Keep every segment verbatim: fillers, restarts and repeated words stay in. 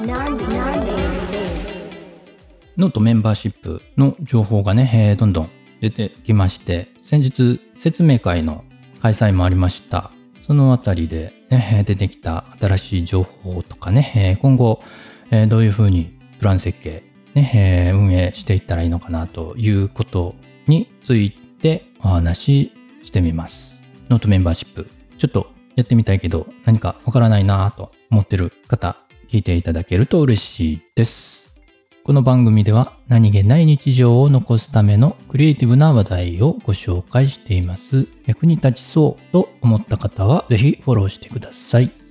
ノートメンバーシップの情報がね、えー、どんどん出てきまして、先日説明会の開催もありました。そのあたりで、ね、出てきた新しい情報とかね、今後どういうふうにプラン設計、ね、運営していったらいいのかなということについてお話ししてみます。ノートメンバーシップ、ちょっとやってみたいけど何かわからないなと思ってる方、聞いていただけると嬉しいです。この番組では何気ない日常を残すためのクリエイティブな話題をご紹介しています。役に立ちそうと思った方はぜひフォローしてください。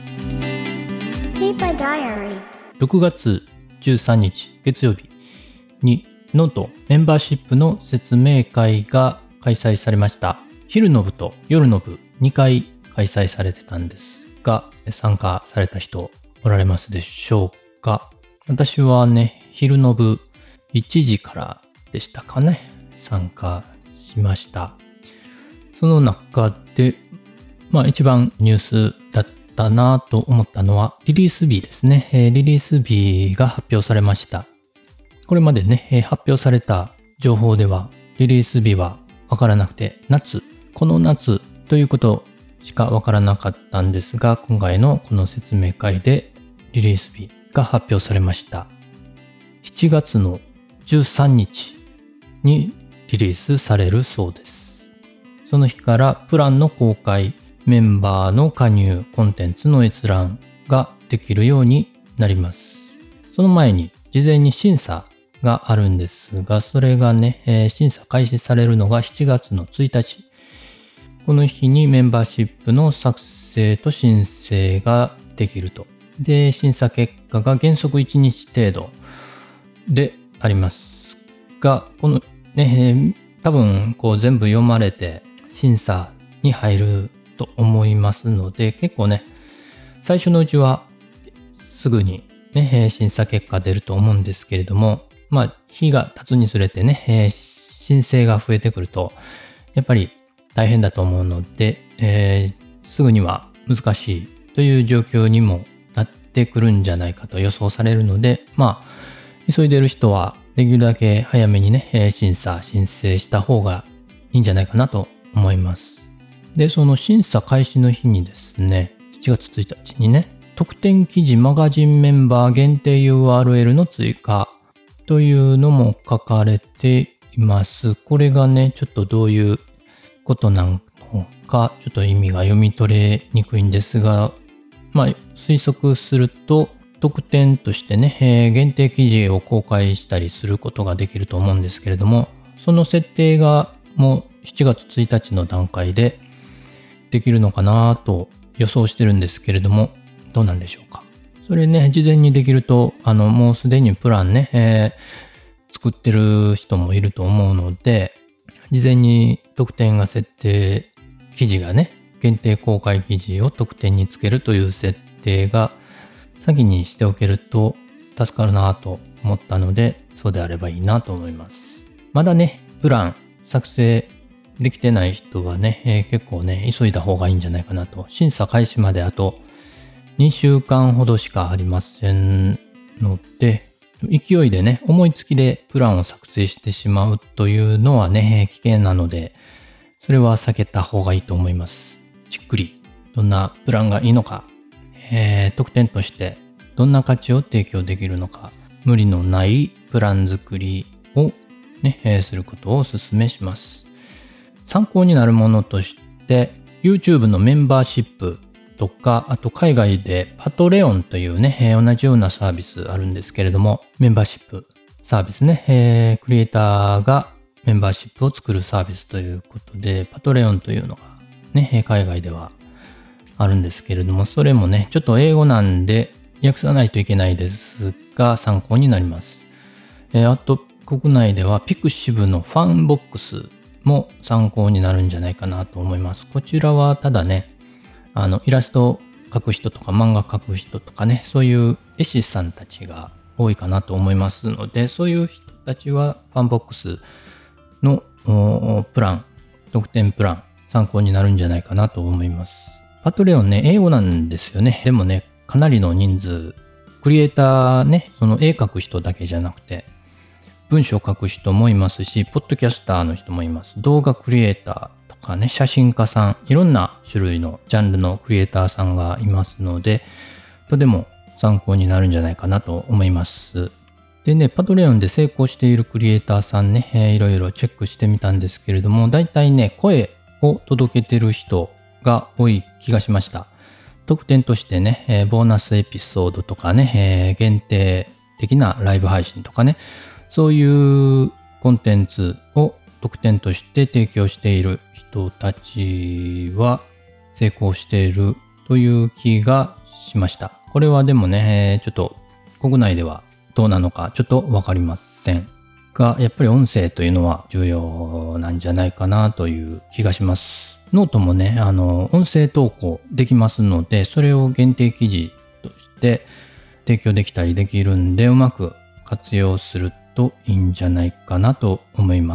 ろくがつじゅうさんにち月曜日にノートメンバーシップの説明会が開催されました。昼の部と夜の部にかい開催されてたんですが、参加された人おられますでしょうか。私はね、昼の部いちじからでしたかね、参加しました。その中で、まあ一番ニュースだったなと思ったのはリリース日ですね。えー、リリース日が発表されました。これまでね、えー、発表された情報ではリリース日はわからなくて、夏、この夏ということしかわからなかったんですが、今回のこの説明会でリリース日が発表されました。しちがつのじゅうさんにちにリリースされるそうです。その日からプランの公開、メンバーの加入、コンテンツの閲覧ができるようになります。その前に事前に審査があるんですが、それがね、えー、審査開始されるのがしちがつのついたち。この日にメンバーシップの作成と申請ができると。で、審査結果が原則いちにち程度でありますが、このね、多分こう全部読まれて審査に入ると思いますので、結構ね、最初のうちはすぐにね、審査結果出ると思うんですけれども、まあ、日が経つにつれてね、申請が増えてくると、やっぱり大変だと思うので、えー、すぐには難しいという状況にもなってくるんじゃないかと予想されるので、まあ、急いでいる人はできるだけ早めにね、審査、申請した方がいいんじゃないかなと思います。で、その審査開始の日にですね、しちがつついたちにね、特典記事マガジンメンバー限定 ユーアールエル の追加というのも書かれています。これがね、ちょっとどういうことなのか、ちょっと意味が読み取れにくいんですが、まあ、推測すると、特典としてね、えー、限定記事を公開したりすることができると思うんですけれども、その設定がもうしちがつついたちの段階でできるのかなと予想してるんですけれども、どうなんでしょうか。それね、事前にできると、あの、もうすでにプランね、えー、作ってる人もいると思うので、事前に特典が設定、記事がね、限定公開記事を特典につけるという設定が先にしておけると助かるなと思ったので、そうであればいいなと思います。まだね、プラン作成できてない人はね、えー、結構ね、急いだ方がいいんじゃないかなと。審査開始まであとにしゅうかんほどしかありませんので、勢いでね、思いつきでプランを作成してしまうというのはね、危険なので、それは避けた方がいいと思います。じっくりどんなプランがいいのか、えー、特典としてどんな価値を提供できるのか、無理のないプラン作りをね、えー、することをお勧めします。参考になるものとして YouTube のメンバーシップとか、あと海外でパトレオンというね、えー、同じようなサービスあるんですけれども、メンバーシップサービスね、えー、クリエイターがメンバーシップを作るサービスということで、パトレオンというのがね、海外ではあるんですけれども、それもね、ちょっと英語なんで訳さないといけないですが、参考になります。えー、あと、国内ではピクシブのファンボックスも参考になるんじゃないかなと思います。こちらはただね、あの、イラストを描く人とか漫画描く人とかね、そういう絵師さんたちが多いかなと思いますので、そういう人たちはファンボックスのプラン、特典プラン、参考になるんじゃないかなと思います。パトレオンね、英語なんですよね。でもね、かなりの人数クリエイターね、その絵描く人だけじゃなくて、文章書く人もいますし、ポッドキャスターの人もいます。動画クリエイターとかね、写真家さん、いろんな種類のジャンルのクリエイターさんがいますので、とても参考になるんじゃないかなと思います。でね、パトレオンで成功しているクリエイターさんね、えー、いろいろチェックしてみたんですけれども、だいたいね、声を届けてる人が多い気がしました。特典としてね、えー、ボーナスエピソードとかね、えー、限定的なライブ配信とかね、そういうコンテンツを特典として提供している人たちは成功しているという気がしました。これはでもね、ちょっと国内ではどうなのかちょっとわかりませんが、やっぱり音声というのは重要なんじゃないかなという気がします。ノートもね、あの、音声投稿できますので、それを限定記事として提供できたりできるんで、うまく活用するといいんじゃないかなと思います。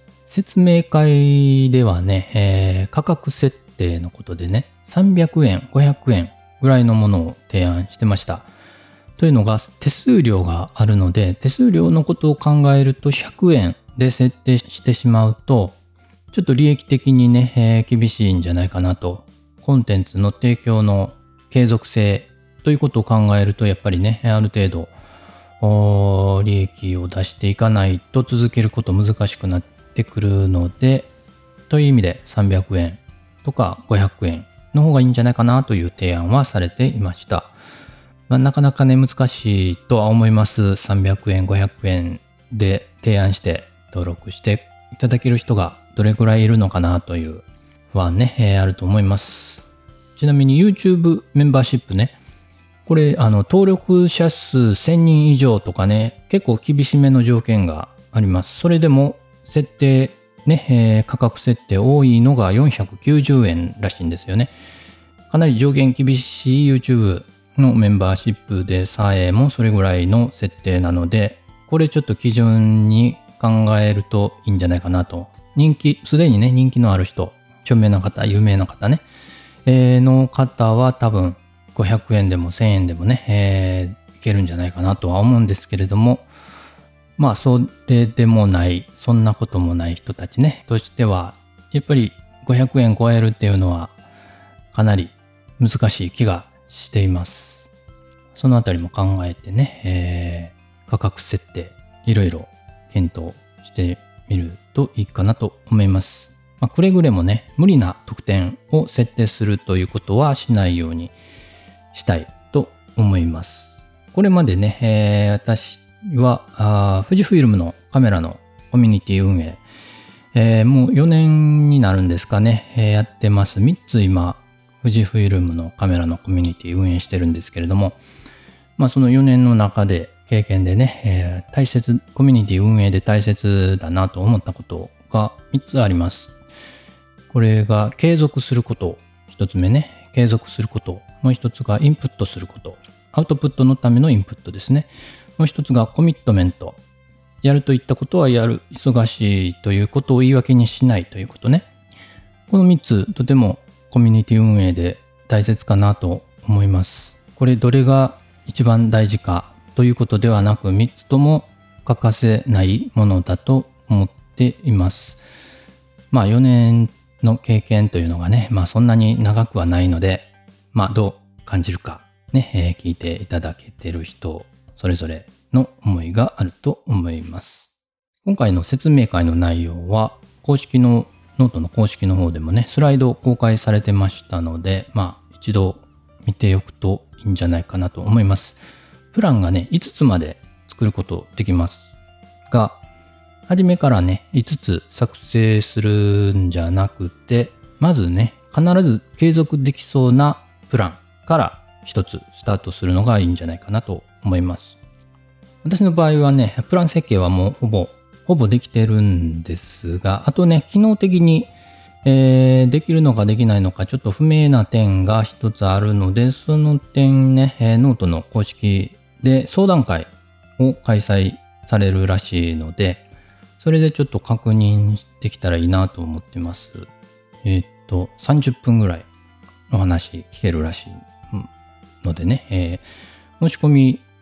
説明会ではね、えー、価格設定のことでね、さんびゃくえん、ごひゃくえんぐらいのものを提案してました。というのが手数料があるので、手数料のことを考えるとひゃくえんで設定してしまうと、ちょっと利益的にね、えー、厳しいんじゃないかなと。コンテンツの提供の継続性ということを考えると、やっぱりね、ある程度、利益を出していかないと続けること難しくなってくるので、という意味でさんびゃくえんとかごひゃくえんの方がいいんじゃないかなという提案はされていました。まあ、なかなかね難しいとは思います。さんびゃくえん、ごひゃくえんで提案して登録していただける人がどれくらいいるのかなという不安ね、えー、あると思います。ちなみに YouTube メンバーシップね、これ、あの、登録者数せんにん以上とかね、結構厳しめの条件があります。それでも、設定、ね、えー、価格設定多いのがよんひゃくきゅうじゅうえんらしいんですよね。かなり上限厳しい YouTube のメンバーシップでさえもそれぐらいの設定なので、これちょっと基準に考えるといいんじゃないかなと。人気、すでにね、人気のある人、著名な方、有名な方ね、えー、の方は多分、ごひゃくえんでもせんえんでもね、えー、いけるんじゃないかなとは思うんですけれども、まあ、それでもない、そんなこともない人たちね、としては、やっぱりごひゃくえん超えるっていうのは、かなり難しい気がしています。そのあたりも考えてね、えー、価格設定、いろいろ検討してみるといいかなと思います。まあ、くれぐれもね、無理な特典を設定するということはしないようにしたいと思います。これまでね、えー、私はあ富士フイルムのカメラのコミュニティ運営、えー、もうよねんになるんですかね、えー、やってます。みっつ今、富士フイルムのカメラのコミュニティ運営してるんですけれども、まあそのよねんの中で経験でね、えー、大切、コミュニティ運営で大切だなと思ったことがみっつあります。これが継続すること、ひとつめね、継続すること。もう一つがインプットすること。アウトプットのためのインプットですね。もう一つがコミットメント。やるといったことはやる。忙しいということを言い訳にしないということね。このみっつ、とてもコミュニティ運営で大切かなと思います。これどれが一番大事かということではなく、みっつとも欠かせないものだと思っています。まあよねんの経験というのがね、まあそんなに長くはないので、まあどう感じるかね、えー、聞いていただけてる人それぞれの思いがあると思います。今回の説明会の内容は公式のノートの公式の方でもね、スライド公開されてましたので、まあ一度見ておくといいんじゃないかなと思います。プランがね、いつつまで作ることできますが、初めからね、いつつ作成するんじゃなくて、まずね、必ず継続できそうなプランから一つスタートするのがいいんじゃないかなと思います。私の場合はね、プラン設計はもうほぼ、ほぼできてるんですが、あとね、機能的に、えー、できるのかできないのかちょっと不明な点が一つあるので、その点ね、えー、ノートの公式で相談会を開催されるらしいので、それでちょっと確認できたらいいなと思ってます。えー、っと、さんじゅっぷんぐらいお話聞けるらしいのでね、えー、申し込み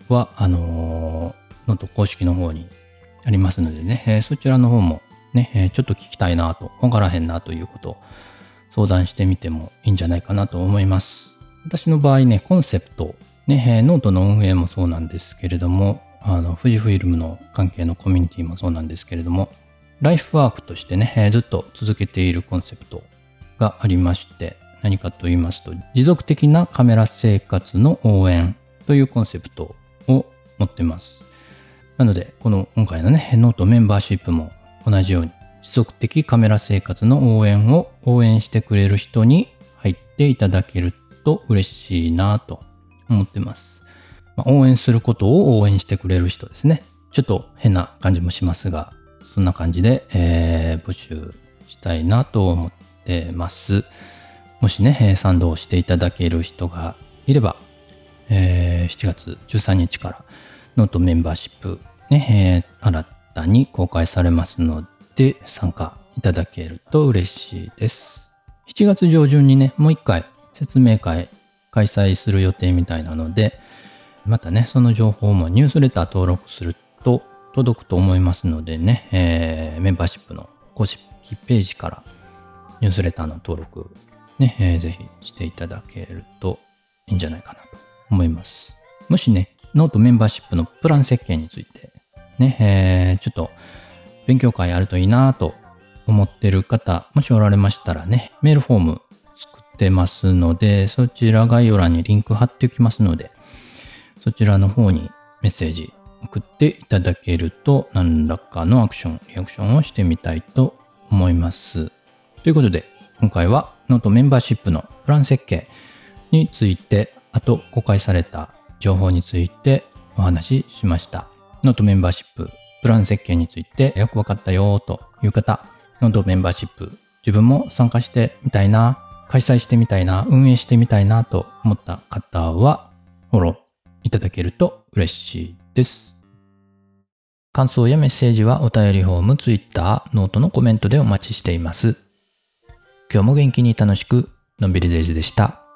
は、あのー、ノート公式の方にありますのでね、えー、そちらの方もね、えー、ちょっと聞きたいなと、わからへんなということを相談してみてもいいんじゃないかなと思います。私の場合ね、コンセプト、ね、えー、ノートの運営もそうなんですけれども、あの、富士フイルムの関係のコミュニティもそうなんですけれども、ライフワークとしてね、えー、ずっと続けているコンセプトがありまして、何かと言いますと、持続的なカメラ生活の応援というコンセプトを持ってます。なので、この今回のね、ノートメンバーシップも同じように、持続的カメラ生活の応援を応援してくれる人に入っていただけると嬉しいなと思ってます。まあ、応援することを応援してくれる人ですね。ちょっと変な感じもしますが、そんな感じで、えー、募集したいなと思ってます。もしね、賛同していただける人がいれば、えー、しちがつじゅうさんにちからノートメンバーシップね、えー、新たに公開されますので参加いただけると嬉しいです。しちがつ上旬にね、もう一回説明会開催する予定みたいなので、またね、その情報もニュースレター登録すると届くと思いますのでね、えー、メンバーシップの公式ページからニュースレターの登録ね、えー、ぜひしていただけるといいんじゃないかなと思います。もしね、ノートメンバーシップのプラン設計についてね、えー、ちょっと勉強会あるといいなと思ってる方、もしおられましたらね、メールフォーム作ってますので、そちら概要欄にリンク貼っておきますので、そちらの方にメッセージ送っていただけると、何らかのアクション、リアクションをしてみたいと思います。ということで、今回はノートメンバーシップのプラン設計について、あと公開された情報についてお話ししました。ノートメンバーシッププラン設計についてよくわかったよという方、ノートメンバーシップ自分も参加してみたいな、開催してみたいな、運営してみたいなと思った方はフォローいただけると嬉しいです。感想やメッセージはお便りフォーム、Twitter、ノートのコメントでお待ちしています。今日も元気に楽しくのんびりデイズでした。